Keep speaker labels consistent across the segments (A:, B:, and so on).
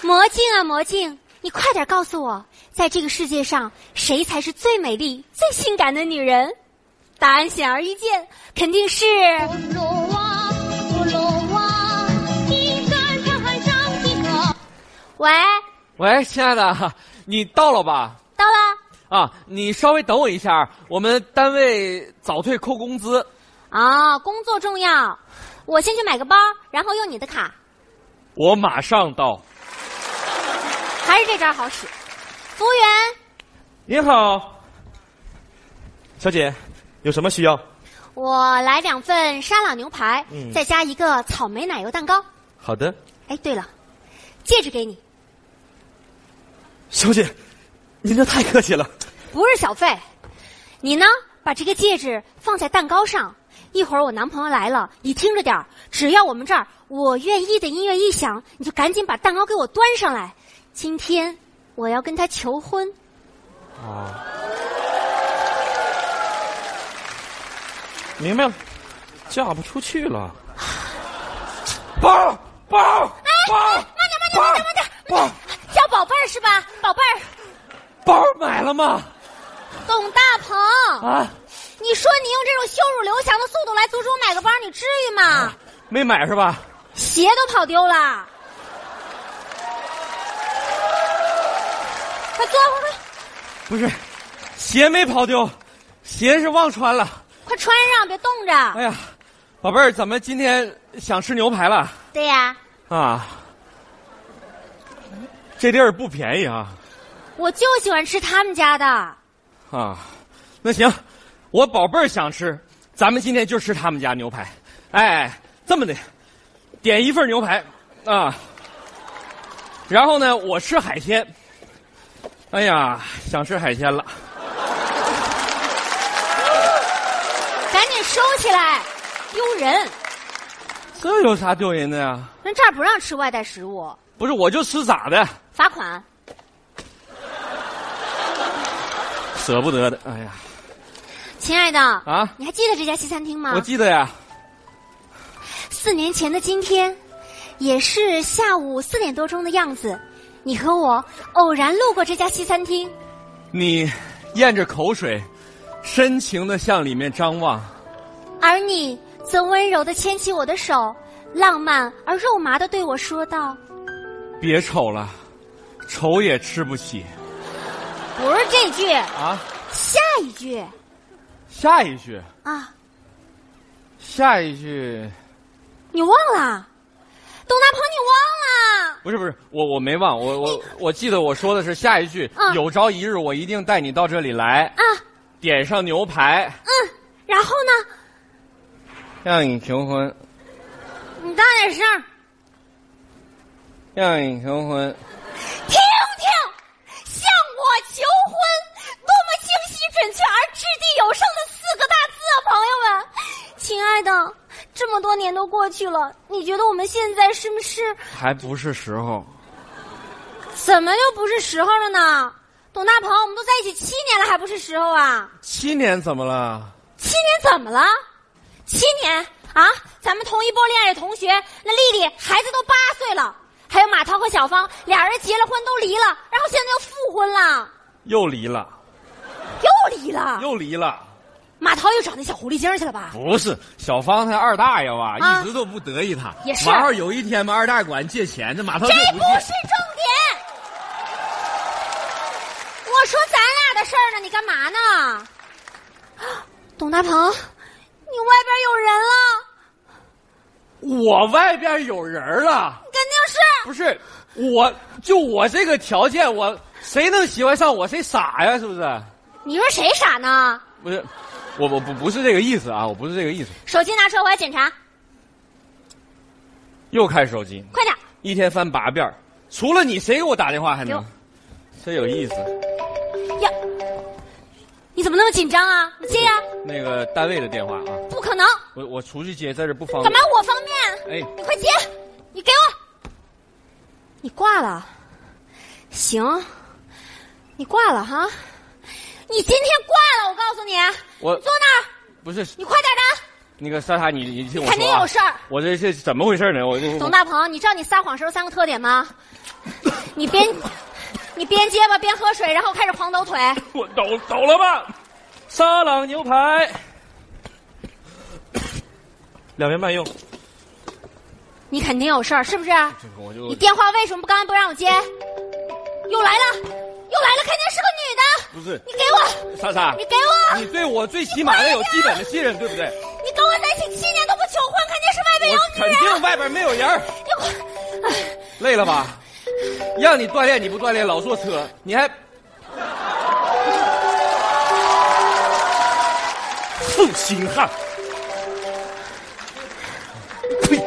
A: 魔镜啊魔镜，你快点告诉我，在这个世界上谁才是最美丽最性感的女人？答案显而易见，肯定是
B: 喂，亲爱的，你到了吧？
A: 到了
B: 啊，你稍微等我一下，我们单位早退扣工资。
A: 啊，工作重要，我先去买个包，然后用你的卡。
B: 我马上到。
A: 还是这招好使。服务员，
C: 您好，小姐，有什么需要？
A: 我来2份沙朗牛排，再加一个草莓奶油蛋糕。
C: 好的。
A: 哎，对了，戒指给你。
C: 小姐，您这太客气了。
A: 不是小费，你呢，把这个戒指放在蛋糕上，一会儿我男朋友来了，你听着点儿，只要我们这儿我愿意的音乐一响，你就赶紧把蛋糕给我端上来。今天我要跟他求婚。
C: 哦，明白了，嫁不出去了。包，
A: 慢点，叫宝贝儿是吧？宝贝儿，
C: 包买了吗？
A: 董大鹏
C: 啊，
A: 你说你用这种羞辱刘翔的速度来阻止我买个包，你至于吗？
C: 没买是吧？
A: 鞋都跑丢了。快坐会儿。
C: 不是，鞋没跑丢，鞋是忘穿了。
A: 快穿上，别冻着。
C: 哎呀，宝贝儿，怎么今天想吃牛排了？
A: 对呀。
C: 啊，这地儿不便宜啊。
A: 我就喜欢吃他们家的。
C: 啊，那行，我宝贝儿想吃，咱们今天就吃他们家牛排。哎，这么的，点1份牛排啊，然后呢，我吃海鲜。哎呀，想吃海鲜了。
A: 赶紧收起来，丢人。
C: 这有啥丢人的呀？
A: 人这儿不让吃外带食物。
C: 不是，我就吃咋的？
A: 罚款。
C: 舍不得的，哎呀。
A: 亲爱的
C: 啊，
A: 你还记得这家西餐厅吗？
C: 我记得呀。
A: 4年前的今天，也是下午4点多钟的样子，你和我偶然路过这家西餐厅。
C: 你咽着口水，深情地向里面张望，
A: 而你则温柔地牵起我的手，浪漫而肉麻地对我说道：
C: 别丑了，丑也吃不起。
A: 不是这句
C: 啊，
A: 下一句。
C: 下一句
A: 啊，
C: 下一句
A: 你忘了？董大鹏，你忘了？
C: 不是，我没忘，我记得我说的是下一句，有朝一日我一定带你到这里来啊，点上牛排，
A: 然后呢？
C: 让你求婚。
A: 你大点声。
C: 让你求婚。
A: 听听，向我求婚，多么清晰准确而掷地有声的4个大字啊，朋友们！亲爱的，这么多年都过去了，你觉得我们现在是不是
C: 还不是时候？
A: 怎么就不是时候了呢？董大鹏，我们都在一起7年了，还不是时候啊
C: ？7年怎么了
A: ？7年怎么了？7年啊！咱们同一波恋爱的同学，那丽丽孩子都8岁了，还有马涛和小芳俩人结了婚都离了，然后现在又复婚了。
C: 又离了。
A: 又离了。马涛又找那小狐狸精去了吧？
C: 不是，小芳她二大爷吧，一直都不得意他。
A: 也是。
C: 马上有一天嘛，二大爷管借钱，这马涛就
A: 这不是重点。我说咱俩的事儿呢，你干嘛呢？董大鹏，你外边有人了。
C: 我外边有人了？
A: 肯定是。
C: 不是，我这个条件，谁能喜欢上我？谁傻呀？是不是？
A: 你说谁傻呢？
C: 不是，我不是这个意思啊，我不是这个意思。
A: 手机拿出来，我要检查。
C: 又看手机，
A: 快点！
C: 一天翻8遍，除了你，谁给我打电话还能？真有意思。
A: 呀，你怎么那么紧张啊？你接呀。
C: 那个单位的电话啊。
A: 不可能。
C: 我出去接，在这不方便。
A: 干嘛我方便？
C: 哎，
A: 你快接！你给我。你挂了。行。你挂了哈。你今天挂了，我告诉你。
C: 我
A: 坐那儿。
C: 不是。
A: 你快点的。
C: 那个莎莎，你听我说、
A: 肯定有事儿。
C: 我这是怎么回事呢？
A: 董大鹏，你知道你撒谎时候3个特点吗？ 你边结巴边喝水，然后开始狂抖腿。
C: 我抖了吧？沙朗牛排，2边半用。
A: 你肯定有事儿是不是？
C: 我就
A: 你电话为什么刚才不让我接？又来了，肯定是个女的。
C: 不是，
A: 你给我，
C: 莎莎，
A: 你给我，
C: 你对我最起码的有基本的信任，对不对？
A: 你跟我在一起7年都不求婚，肯定是外边有女人。
C: 肯定外边没有人。累了吧？让你锻炼你不锻炼，老坐车，你还负心汉。呸！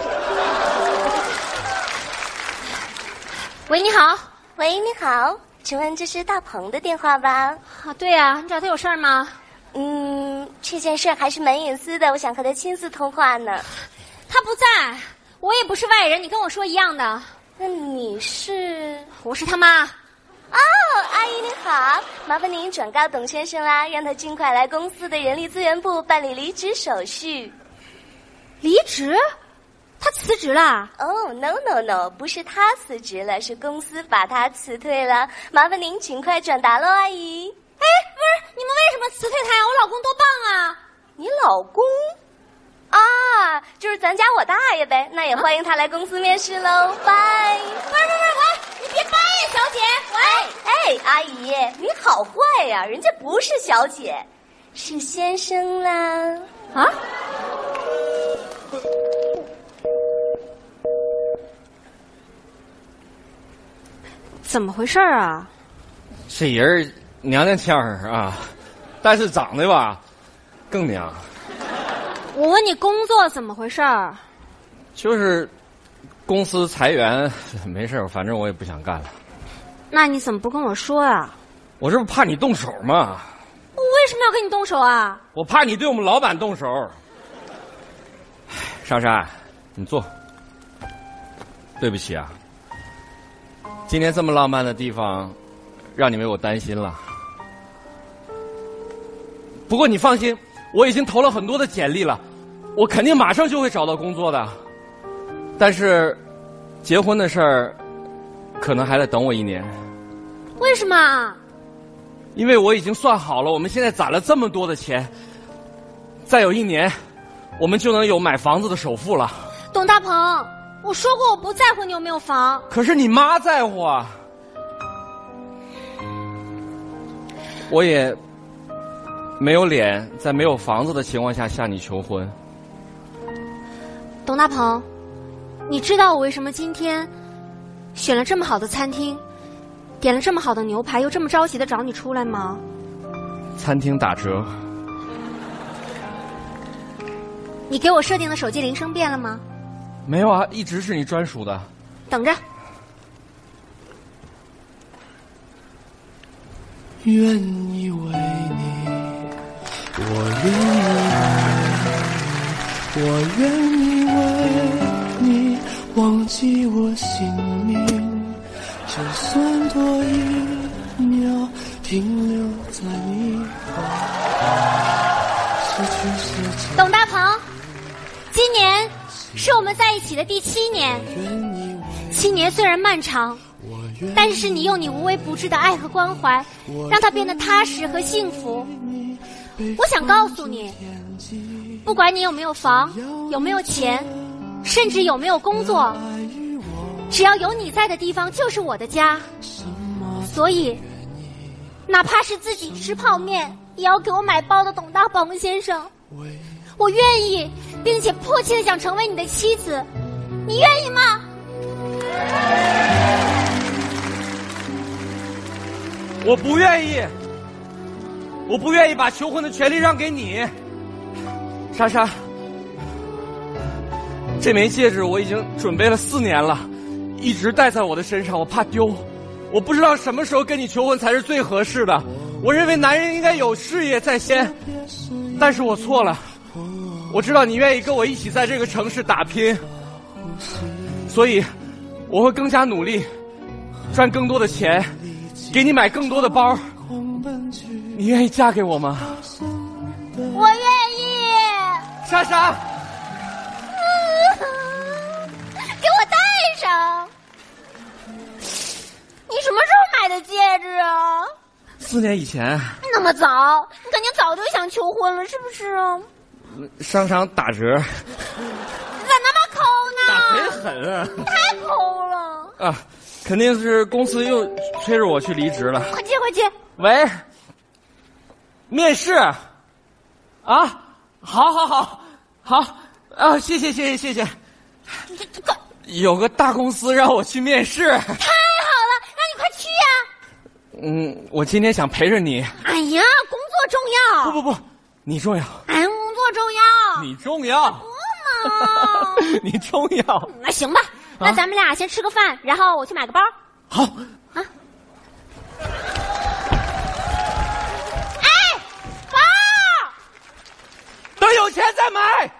A: 喂，你好。
D: 喂，你好，请问这是大鹏的电话吧？
A: 啊，对呀，你找他有事儿吗？
D: 这件事还是蛮隐私的，我想和他亲自通话呢。
A: 他不在，我也不是外人，你跟我说一样的。
D: 那你是？
A: 我是他妈。
D: 哦，阿姨您好，麻烦您转告董先生啦，让他尽快来公司的人力资源部办理离职手续。
A: 离职？他辞职了？
D: 哦 ，no， 不是他辞职了，是公司把他辞退了。麻烦您尽快转达喽，阿姨。
A: 哎，不是，你们为什么辞退他呀？我老公多棒啊！
D: 你老公？啊，就是咱家我大爷呗。那也欢迎他来公司面试喽，拜。
A: 不是，喂，你别掰呀，小姐。喂，
D: 哎，阿姨，你好坏呀，人家不是小姐，是先生啦。
A: 啊？怎么回事啊？
C: 这人娘娘腔儿啊，但是长得吧更娘。
A: 我问你工作怎么回事？
C: 就是公司裁员，没事，反正我也不想干了。
A: 那你怎么不跟我说啊？
C: 我这不怕你动手吗？
A: 我为什么要跟你动手啊？
C: 我怕你对我们老板动手。莎莎，你坐。对不起啊，今天这么浪漫的地方，让你为我担心了。不过你放心，我已经投了很多的简历了，我肯定马上就会找到工作的。但是，结婚的事儿，可能还得等我1年。
A: 为什么？
C: 因为我已经算好了，我们现在攒了这么多的钱，再有1年，我们就能有买房子的首付了。
A: 董大鹏，我说过我不在乎你有没有房。
C: 可是你妈在乎啊。我也没有脸在没有房子的情况下向你求婚。
A: 董大鹏，你知道我为什么今天选了这么好的餐厅，点了这么好的牛排，又这么着急的找你出来吗？
C: 餐厅打折。
A: 你给我设定的手机铃声变了吗？
C: 没有啊，一直是你专属的。
A: 等着。
E: 愿意为你，我愿意为你忘记我姓名，就算多1秒停留在你失去世界。
A: 董大鹏，今年是我们在一起的第7年。7年虽然漫长，但是你用你无微不至的爱和关怀，让它变得踏实和幸福。我想告诉你，不管你有没有房，有没有钱，甚至有没有工作，只要有你在的地方就是我的家。所以哪怕是自己吃泡面也要给我买包的董大鹏先生，我愿意，并且迫切的想成为你的妻子，你愿意吗？
C: 我不愿意，我不愿意把求婚的权利让给你。莎莎，这枚戒指我已经准备了4年了，一直戴在我的身上，我怕丢。我不知道什么时候跟你求婚才是最合适的。我认为男人应该有事业在先，但是我错了。我知道你愿意跟我一起在这个城市打拼，所以我会更加努力，赚更多的钱，给你买更多的包。你愿意嫁给我吗？
A: 我愿意。
C: 莎莎，
A: 给我戴上。 什么时候买的戒指啊
C: ？4年以前。
A: 那么早，你肯定早就想求婚了，是不是啊？
C: 商场打折。
A: 咋那么抠呢？
C: 打贼狠啊！
A: 太抠了
C: 啊，肯定是公司又催着我去离职了。
A: 快接快接！
C: 喂，面试啊？好啊！谢谢。
A: 这
C: 有个大公司让我去面试。
A: 太好了，那你快去呀！
C: 我今天想陪着你。
A: 哎呀，工作重要。
C: 不，你重要。
A: 哎，工作重要。
C: 你重要。
A: 不嘛？
C: 你重要。
A: 那行吧，那咱们俩先吃个饭，然后我去买个包。
C: 好
A: 啊。哎，包。
C: 等有钱再买。